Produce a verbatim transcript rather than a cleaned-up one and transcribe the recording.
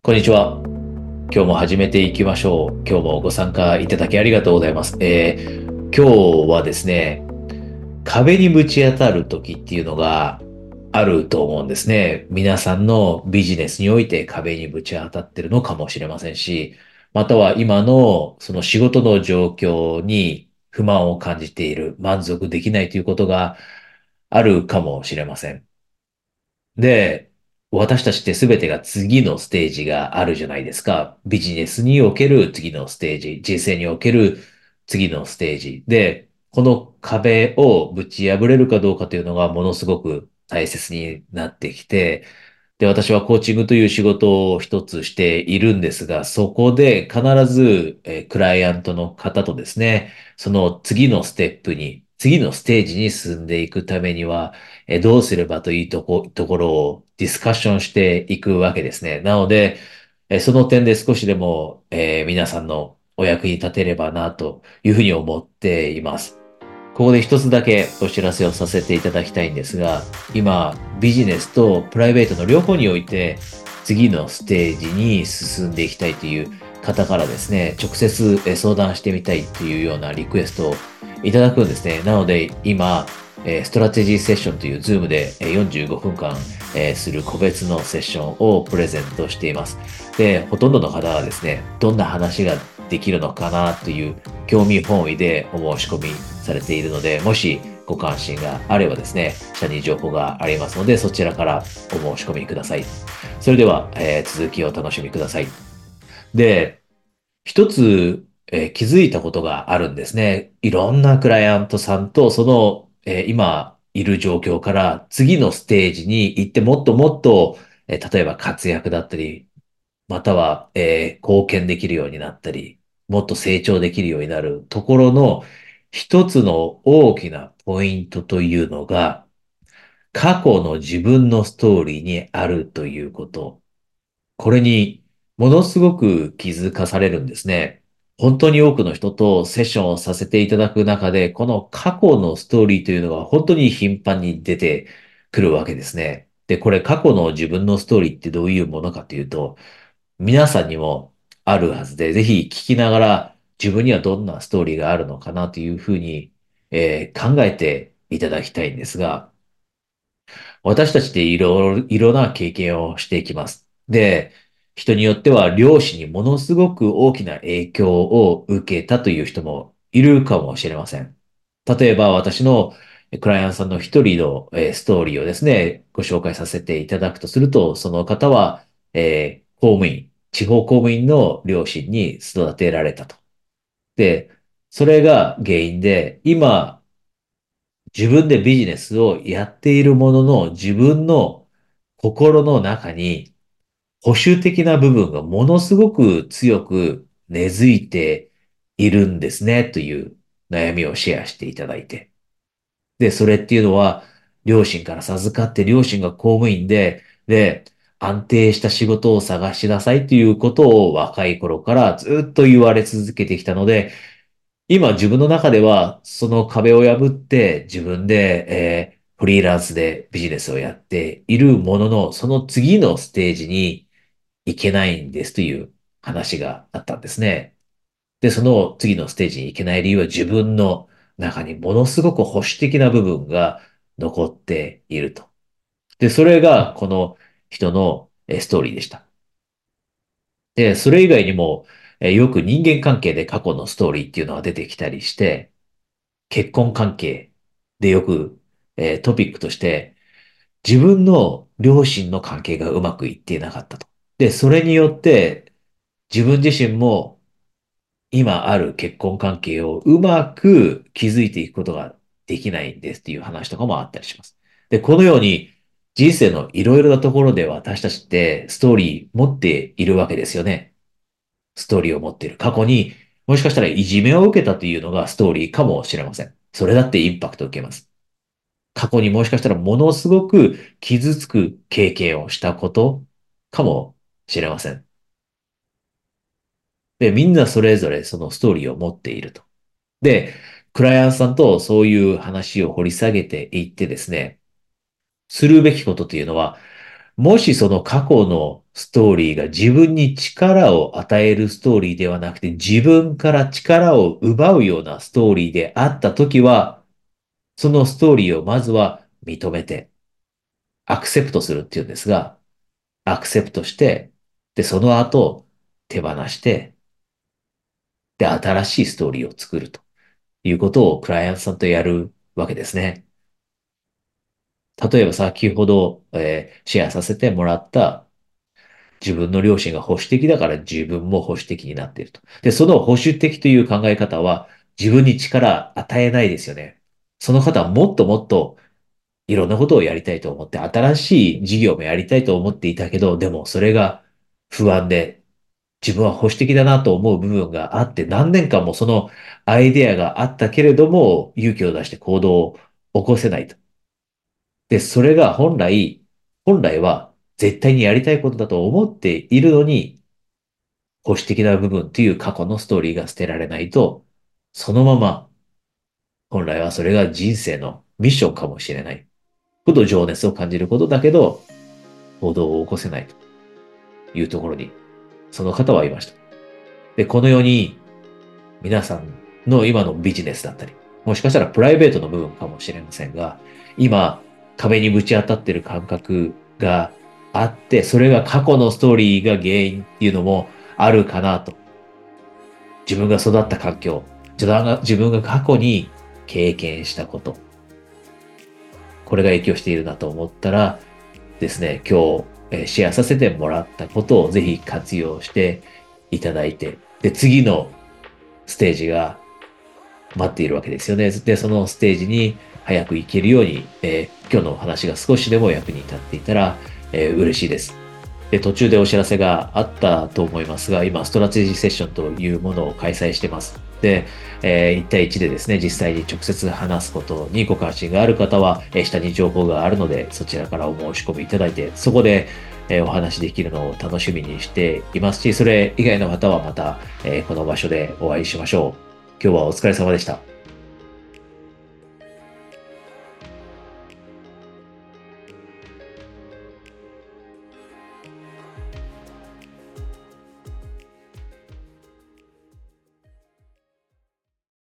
こんにちは。今日も始めていきましょう。今日もご参加いただきありがとうございます。えー、今日はですね、壁にぶち当たる時っていうのがあると思うんですね。皆さんのビジネスにおいて壁にぶち当たってるのかもしれませんし、または今のその仕事の状況に不満を感じている、満足できないということがあるかもしれません。で、私たちって全てが次のステージがあるじゃないですか。ビジネスにおける次のステージ、人生における次のステージ。で、この壁をぶち破れるかどうかというのがものすごく大切になってきて、で、私はコーチングという仕事を一つしているんですが、そこで必ず、えークライアントの方とですね、その次のステップに、次のステージに進んでいくためには、えーどうすればというとこ、ところをディスカッションしていくわけですね。なので、えーその点で少しでも、えー皆さんのお役に立てればなというふうに思っています。ここで一つだけお知らせをさせていただきたいんですが、今、ビジネスとプライベートの両方において、次のステージに進んでいきたいという方からですね、直接えー相談してみたいというようなリクエストをいただくんですね。なので、今、えーストラテジーセッションという Zoom でえーよんじゅうごふんかんえーする個別のセッションをプレゼントしています。で、ほとんどの方はですね、どんな話ができるのかなという興味本位でお申し込みされているので、もしご関心があればですね、下に情報がありますので、そちらからお申し込みください。それでは、えー続きをお楽しみください。で、一つ、えー気づいたことがあるんですね。いろんなクライアントさんと、その、えー今いる状況から次のステージに行ってもっともっと、えー例えば活躍だったり、または、えー貢献できるようになったり、もっと成長できるようになるところの一つの大きなポイントというのが、過去の自分のストーリーにあるということ。これにものすごく気づかされるんですね。本当に多くの人とセッションをさせていただく中で、この過去のストーリーというのが本当に頻繁に出てくるわけですね。で、これ過去の自分のストーリーってどういうものかというと、皆さんにもあるはずで、ぜひ聞きながら自分にはどんなストーリーがあるのかなというふうに、えー考えていただきたいんですが、私たちっていろいろな経験をしていきます。で、人によっては漁師にものすごく大きな影響を受けたという人もいるかもしれません。例えば私のクライアントさんの一人のえーストーリーをですね、ご紹介させていただくとすると、その方は、えー公務員、地方公務員の両親に育てられたと。で、それが原因で、今、自分でビジネスをやっているものの、自分の心の中に保守的な部分がものすごく強く根付いているんですね、という悩みをシェアしていただいて。で、それっていうのは、両親から授かって、両親が公務員で、で、安定した仕事を探しなさいということを若い頃からずっと言われ続けてきたので、今自分の中ではその壁を破って自分で、えーフリーランスでビジネスをやっているものの、その次のステージに行けないんですという話があったんですね。で、その次のステージに行けない理由は自分の中にものすごく保守的な部分が残っていると。で、それがこの人のえーストーリーでした。で、それ以外にも、えーよく人間関係で過去のストーリーっていうのが出てきたりして、結婚関係でよく、えートピックとして、自分の両親の関係がうまくいっていなかったと。で、それによって自分自身も今ある結婚関係をうまく築いていくことができないんですっていう話とかもあったりします。で、このように人生のいろいろなところで私たちってストーリー持っているわけですよね。ストーリーを持っている。過去にもしかしたらいじめを受けたというのがストーリーかもしれません。それだってインパクトを受けます。過去にもしかしたらものすごく傷つく経験をしたことかもしれません。で、みんなそれぞれそのストーリーを持っていると。で、クライアントさんとそういう話を掘り下げていってですね、するべきことというのは、もしその過去のストーリーが自分に力を与えるストーリーではなくて、自分から力を奪うようなストーリーであったときは、そのストーリーをまずは認めて、アクセプトするっていうんですが、アクセプトして、で、その後、手放して、で、新しいストーリーを作るということをクライアントさんとやるわけですね。例えば先ほど、えーシェアさせてもらった自分の両親が保守的だから自分も保守的になっていると。で、その保守的という考え方は自分に力与えないですよね。その方はもっともっといろんなことをやりたいと思って、新しい事業もやりたいと思っていたけど、でもそれが不安で、自分は保守的だなと思う部分があって、何年間もそのアイデアがあったけれども、勇気を出して行動を起こせないと。で、それが本来、本来は絶対にやりたいことだと思っているのに、保守的な部分っていう過去のストーリーが捨てられないと、そのまま、本来はそれが人生のミッションかもしれない。ふと情熱を感じることだけど、行動を起こせないというところに、その方はいました。で、このように、皆さんの今のビジネスだったり、もしかしたらプライベートの部分かもしれませんが、今、壁にぶち当たっている感覚があって、それが過去のストーリーが原因っていうのもあるかなと。自分が育った環境、自分が自分が過去に経験したこと、これが影響しているなと思ったらですね、今日えーシェアさせてもらったことをぜひ活用していただいて、で、次のステージが待っているわけですよね。で、そのステージに早く行けるように、えー今日のお話が少しでも役に立っていたら、えー嬉しいです。で、途中でお知らせがあったと思いますが、今、ストラテジーセッションというものを開催してます。で、えー、いち対いちでですね、実際に直接話すことにご関心がある方は、えー下に情報があるので、そちらからお申し込みいただいて、そこで、えーお話しできるのを楽しみにしていますし、それ以外の方はまた、えーこの場所でお会いしましょう。今日はお疲れ様でした。